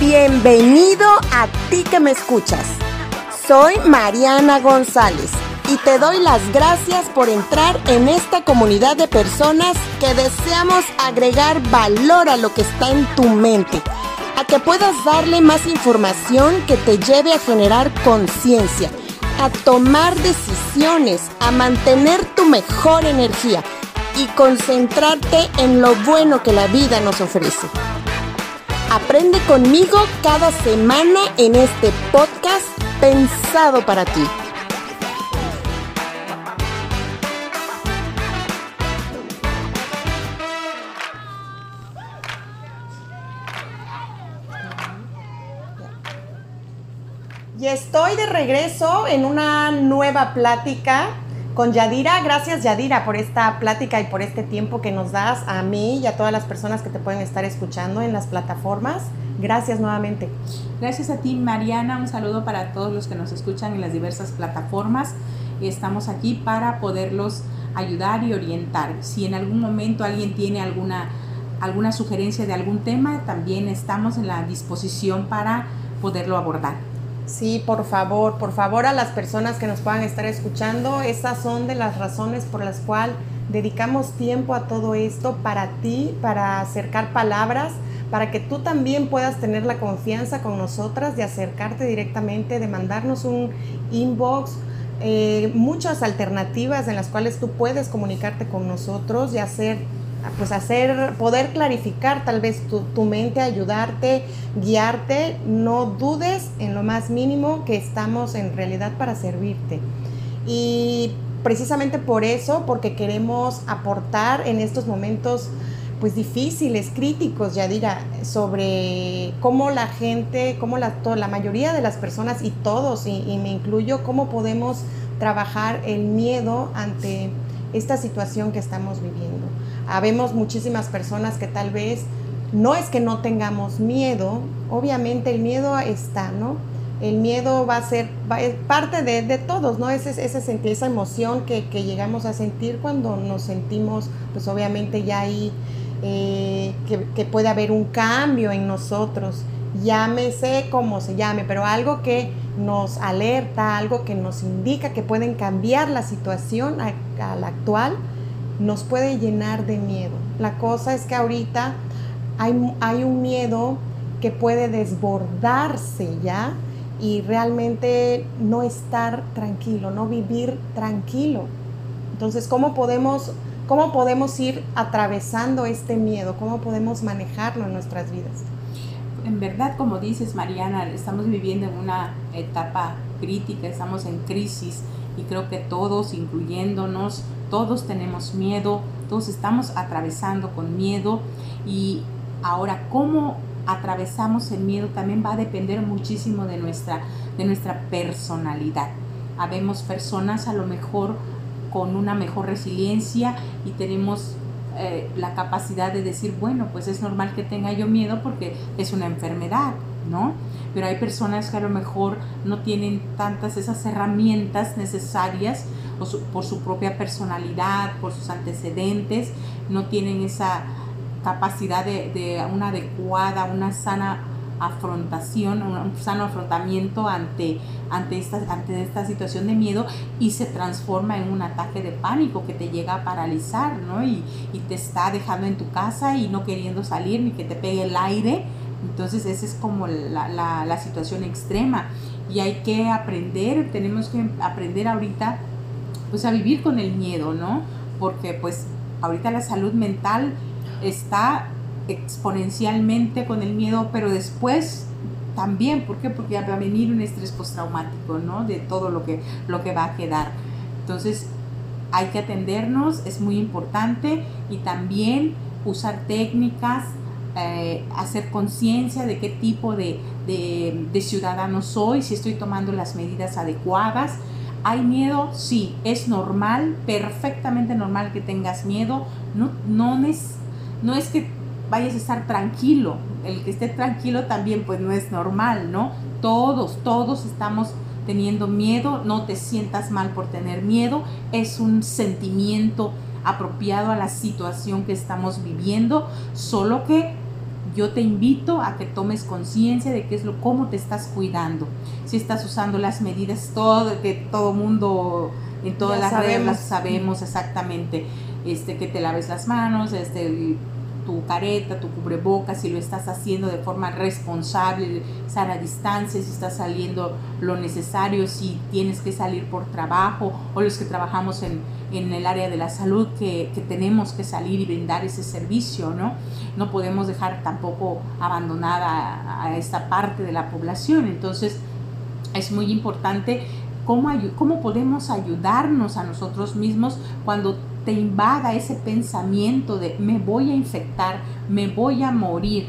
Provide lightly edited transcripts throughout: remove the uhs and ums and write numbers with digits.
Bienvenido a ti que me escuchas. Soy Mariana González y te doy las gracias por entrar en esta comunidad de personas que deseamos agregar valor a lo que está en tu mente, a que puedas darle más información que te lleve a generar conciencia, a tomar decisiones, a mantener tu mejor energía y concentrarte en lo bueno que la vida nos ofrece. Aprende conmigo cada semana en este podcast pensado para ti. Y estoy de regreso en una nueva plática con Yadira. Gracias, Yadira, por esta plática y por este tiempo que nos das a mí y a todas las personas que te pueden estar escuchando en las plataformas. Gracias nuevamente. Gracias a ti, Mariana. Un saludo para todos los que nos escuchan en las diversas plataformas. Estamos aquí para poderlos ayudar y orientar. Si en algún momento alguien tiene alguna sugerencia de algún tema, también estamos en la disposición para poderlo abordar. Sí, por favor a las personas que nos puedan estar escuchando, esas son de las razones por las cuales dedicamos tiempo a todo esto para ti, para acercar palabras, para que tú también puedas tener la confianza con nosotras de acercarte directamente, de mandarnos un inbox, muchas alternativas en las cuales tú puedes comunicarte con nosotros y poder clarificar tal vez tu mente, ayudarte, guiarte. No dudes en lo más mínimo que estamos en realidad para servirte. Y precisamente por eso, porque queremos aportar en estos momentos pues difíciles, críticos, Yadira, sobre cómo la gente, cómo la mayoría de las personas y todos, y me incluyo, cómo podemos trabajar el miedo ante esta situación que estamos viviendo. Habemos muchísimas personas que tal vez no es que no tengamos miedo, obviamente el miedo está, ¿no? El miedo es parte de todos, ¿no? Esa emoción que llegamos a sentir cuando nos sentimos, pues obviamente ya ahí, que puede haber un cambio en nosotros, llámese como se llame, pero algo que nos alerta, algo que nos indica que pueden cambiar la situación a la actual, nos puede llenar de miedo. La cosa es que ahorita hay un miedo que puede desbordarse ya y realmente no estar tranquilo, no vivir tranquilo. Entonces, ¿cómo podemos ir atravesando este miedo? ¿Cómo podemos manejarlo en nuestras vidas? En verdad, como dices, Mariana, estamos viviendo en una etapa crítica, estamos en crisis y creo que todos, incluyéndonos, todos tenemos miedo, todos estamos atravesando con miedo. Y ahora, cómo atravesamos el miedo también va a depender muchísimo de nuestra personalidad. Habemos personas a lo mejor con una mejor resiliencia y tenemos la capacidad de decir, bueno, pues es normal que tenga yo miedo porque es una enfermedad, ¿no? Pero hay personas que a lo mejor no tienen tantas esas herramientas necesarias por su propia personalidad, por sus antecedentes, no tienen esa capacidad de una adecuada, una sana afrontación, un sano afrontamiento ante esta situación de miedo, y se transforma en un ataque de pánico que te llega a paralizar, ¿no? Y te está dejando en tu casa y no queriendo salir ni que te pegue el aire. Entonces esa es como la situación extrema y hay que aprender, tenemos que aprender ahorita pues a vivir con el miedo, ¿no? Porque pues ahorita la salud mental está exponencialmente con el miedo, pero después también, ¿por qué? Porque va a venir un estrés postraumático, ¿no? De todo lo que va a quedar. Entonces hay que atendernos, es muy importante, y también usar técnicas, hacer conciencia de qué tipo de ciudadano soy, si estoy tomando las medidas adecuadas. ¿Hay miedo? Sí, es normal, perfectamente normal que tengas miedo. No es que vayas a estar tranquilo. El que esté tranquilo también pues no es normal, ¿no? Todos estamos teniendo miedo. No te sientas mal por tener miedo. Es un sentimiento apropiado a la situación que estamos viviendo, solo que yo te invito a que tomes conciencia de qué es cómo te estás cuidando. Si estás usando las medidas que todo mundo en todas las redes las sabemos exactamente, que te laves las manos, tu careta, tu cubrebocas, si lo estás haciendo de forma responsable, sana distancia, si estás saliendo lo necesario, si tienes que salir por trabajo, o los que trabajamos en el área de la salud que tenemos que salir y brindar ese servicio, ¿no? No podemos dejar tampoco abandonada a esta parte de la población. Entonces es muy importante cómo podemos ayudarnos a nosotros mismos cuando te invada ese pensamiento de me voy a infectar, me voy a morir,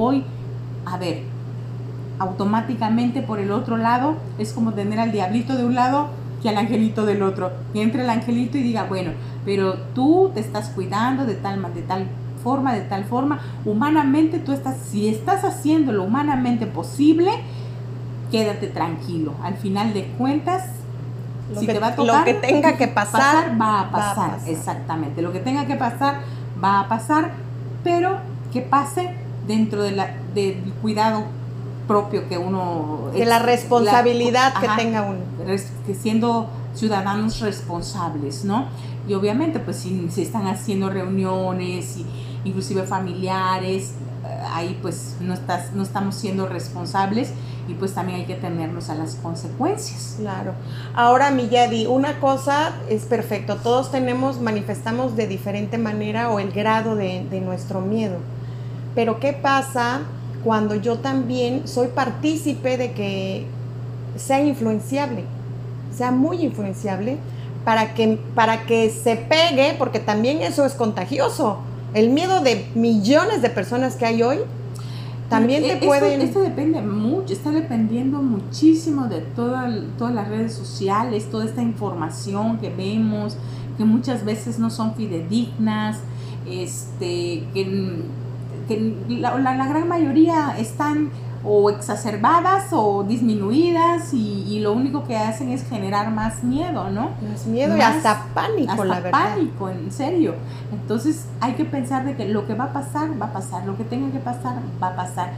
automáticamente por el otro lado es como tener al diablito de un lado que al angelito del otro. Y entre el angelito y diga, bueno, pero tú te estás cuidando de tal forma, humanamente si estás haciendo lo humanamente posible, quédate tranquilo. Al final de cuentas, te va a tocar, lo que tenga que pasar, va a pasar. Exactamente, lo que tenga que pasar, va a pasar, pero que pase dentro del cuidado propio que uno... De la responsabilidad que tenga uno. Que siendo ciudadanos responsables, ¿no? Y obviamente, pues si están haciendo reuniones, inclusive familiares, ahí pues no estamos siendo responsables, y pues también hay que tenernos a las consecuencias. Claro. Ahora, Miyadi, una cosa es perfecto, todos manifestamos de diferente manera o el grado de nuestro miedo, pero ¿qué pasa cuando yo también soy partícipe de que sea muy influenciable, para que se pegue, porque también eso es contagioso? El miedo de millones de personas que hay hoy también Esto depende mucho, está dependiendo muchísimo de todas las redes sociales, toda esta información que vemos, que muchas veces no son fidedignas, que la gran mayoría están o exacerbadas o disminuidas, y lo único que hacen es generar más miedo, ¿no? Más miedo y hasta pánico, la verdad. Hasta pánico, en serio. Entonces hay que pensar de que lo que va a pasar, lo que tenga que pasar, va a pasar.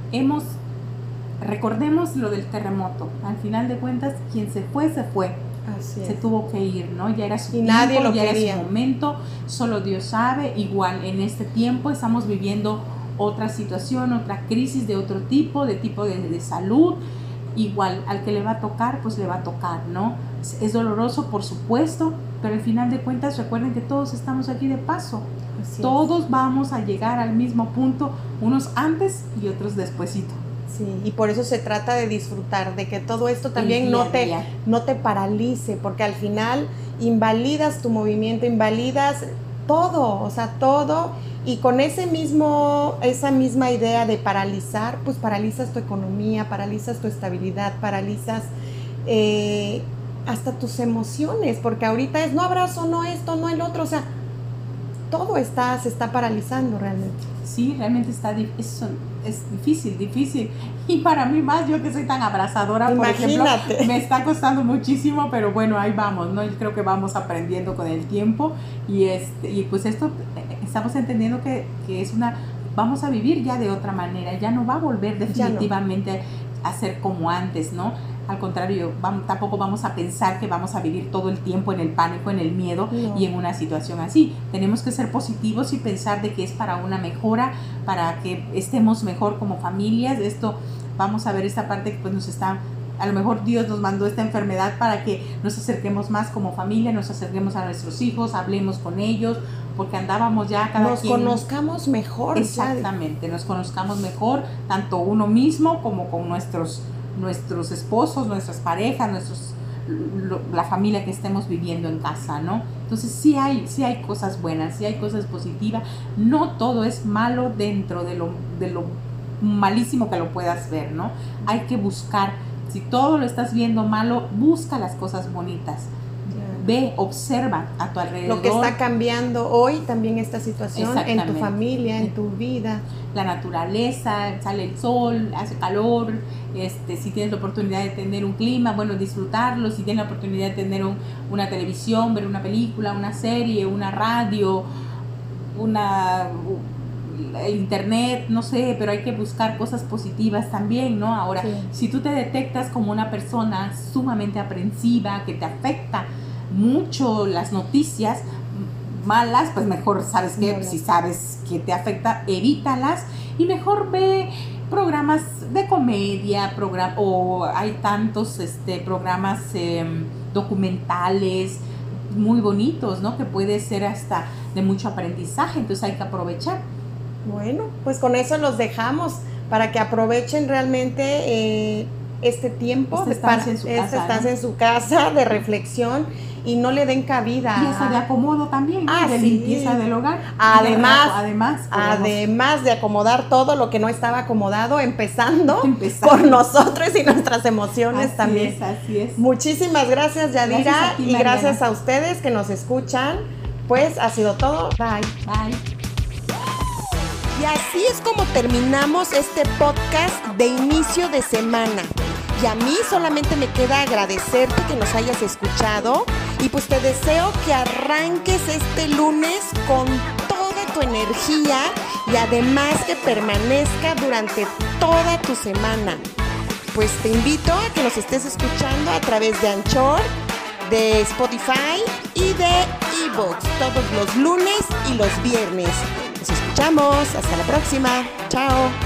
Recordemos lo del terremoto. Al final de cuentas, quien se fue. Así es. Se tuvo que ir, ¿no? Ya era su tiempo, nadie lo quería. Era su momento, solo Dios sabe. Igual en este tiempo estamos viviendo otra situación, otra crisis de otro tipo de salud. Igual al que le va a tocar, pues le va a tocar, ¿no? Es doloroso, por supuesto, pero al final de cuentas recuerden que todos estamos aquí de paso. Todos vamos a llegar al mismo punto, unos antes y otros despuesito. Sí, y por eso se trata de disfrutar, de que todo esto también no te paralice, porque al final invalidas tu movimiento, invalidas todo, todo, y con esa misma idea de paralizar, pues paralizas tu economía, paralizas tu estabilidad, paralizas hasta tus emociones, porque ahorita es no abrazo, no esto, no el otro, todo se está paralizando realmente. Sí, realmente es difícil. Y para mí más, yo que soy tan abrazadora, Imagínate. Por ejemplo, me está costando muchísimo, pero bueno, ahí vamos, ¿no? Yo creo que vamos aprendiendo con el tiempo, y pues esto estamos entendiendo que vamos a vivir ya de otra manera, ya no va a volver definitivamente a ser como antes, ¿no? Al contrario, tampoco vamos a pensar que vamos a vivir todo el tiempo en el pánico, en el miedo, no. Y en una situación así. Tenemos que ser positivos y pensar de que es para una mejora, para que estemos mejor como familias. Vamos a ver esta parte que pues a lo mejor Dios nos mandó esta enfermedad para que nos acerquemos más como familia, nos acerquemos a nuestros hijos, hablemos con ellos, porque andábamos ya nos conozcamos mejor. Exactamente, nos conozcamos mejor, tanto uno mismo como con nuestros esposos, nuestras parejas, la familia que estemos viviendo en casa, ¿no? Entonces sí hay cosas buenas, sí hay cosas positivas. No todo es malo dentro de lo malísimo que lo puedas ver, ¿no? Hay que buscar. Si todo lo estás viendo malo, busca las cosas bonitas. Ve, observa a tu alrededor. Lo que está cambiando hoy, también esta situación en tu familia, en tu vida. La naturaleza, sale el sol, hace calor, si tienes la oportunidad de tener un clima, bueno, disfrutarlo. Si tienes la oportunidad de tener una televisión, ver una película, una serie, una radio, el internet, no sé, pero hay que buscar cosas positivas también, ¿no? Ahora, Sí. si tú te detectas como una persona sumamente aprensiva, que te afecta mucho las noticias malas, pues mejor, ¿sabes qué? Bueno. Si sabes que te afecta, evítalas y mejor ve programas de comedia, o hay tantos programas documentales muy bonitos, ¿no? Que puede ser hasta de mucho aprendizaje, entonces hay que aprovechar. Bueno, pues con eso los dejamos para que aprovechen realmente este tiempo Esta estancia en su casa, esta estancia ¿no? en su casa de reflexión y no le den cabida. Y esa de acomodo también, ¿no? De sí. limpieza del hogar. Además de acomodar todo lo que no estaba acomodado, empezando por Empezando. nosotros y nuestras emociones también. Así es. Muchísimas gracias, Yadira, Gracias a ti, y Mariana. gracias a ustedes que nos escuchan. Pues ha sido todo. Bye. Bye. Y así es como terminamos este podcast de inicio de semana. Y a mí solamente me queda agradecerte que nos hayas escuchado y pues te deseo que arranques este lunes con toda tu energía y además que permanezca durante toda tu semana. Pues te invito a que nos estés escuchando a través de Anchor, de Spotify y de iVoox todos los lunes y los viernes. Nos escuchamos. Hasta la próxima. Chao.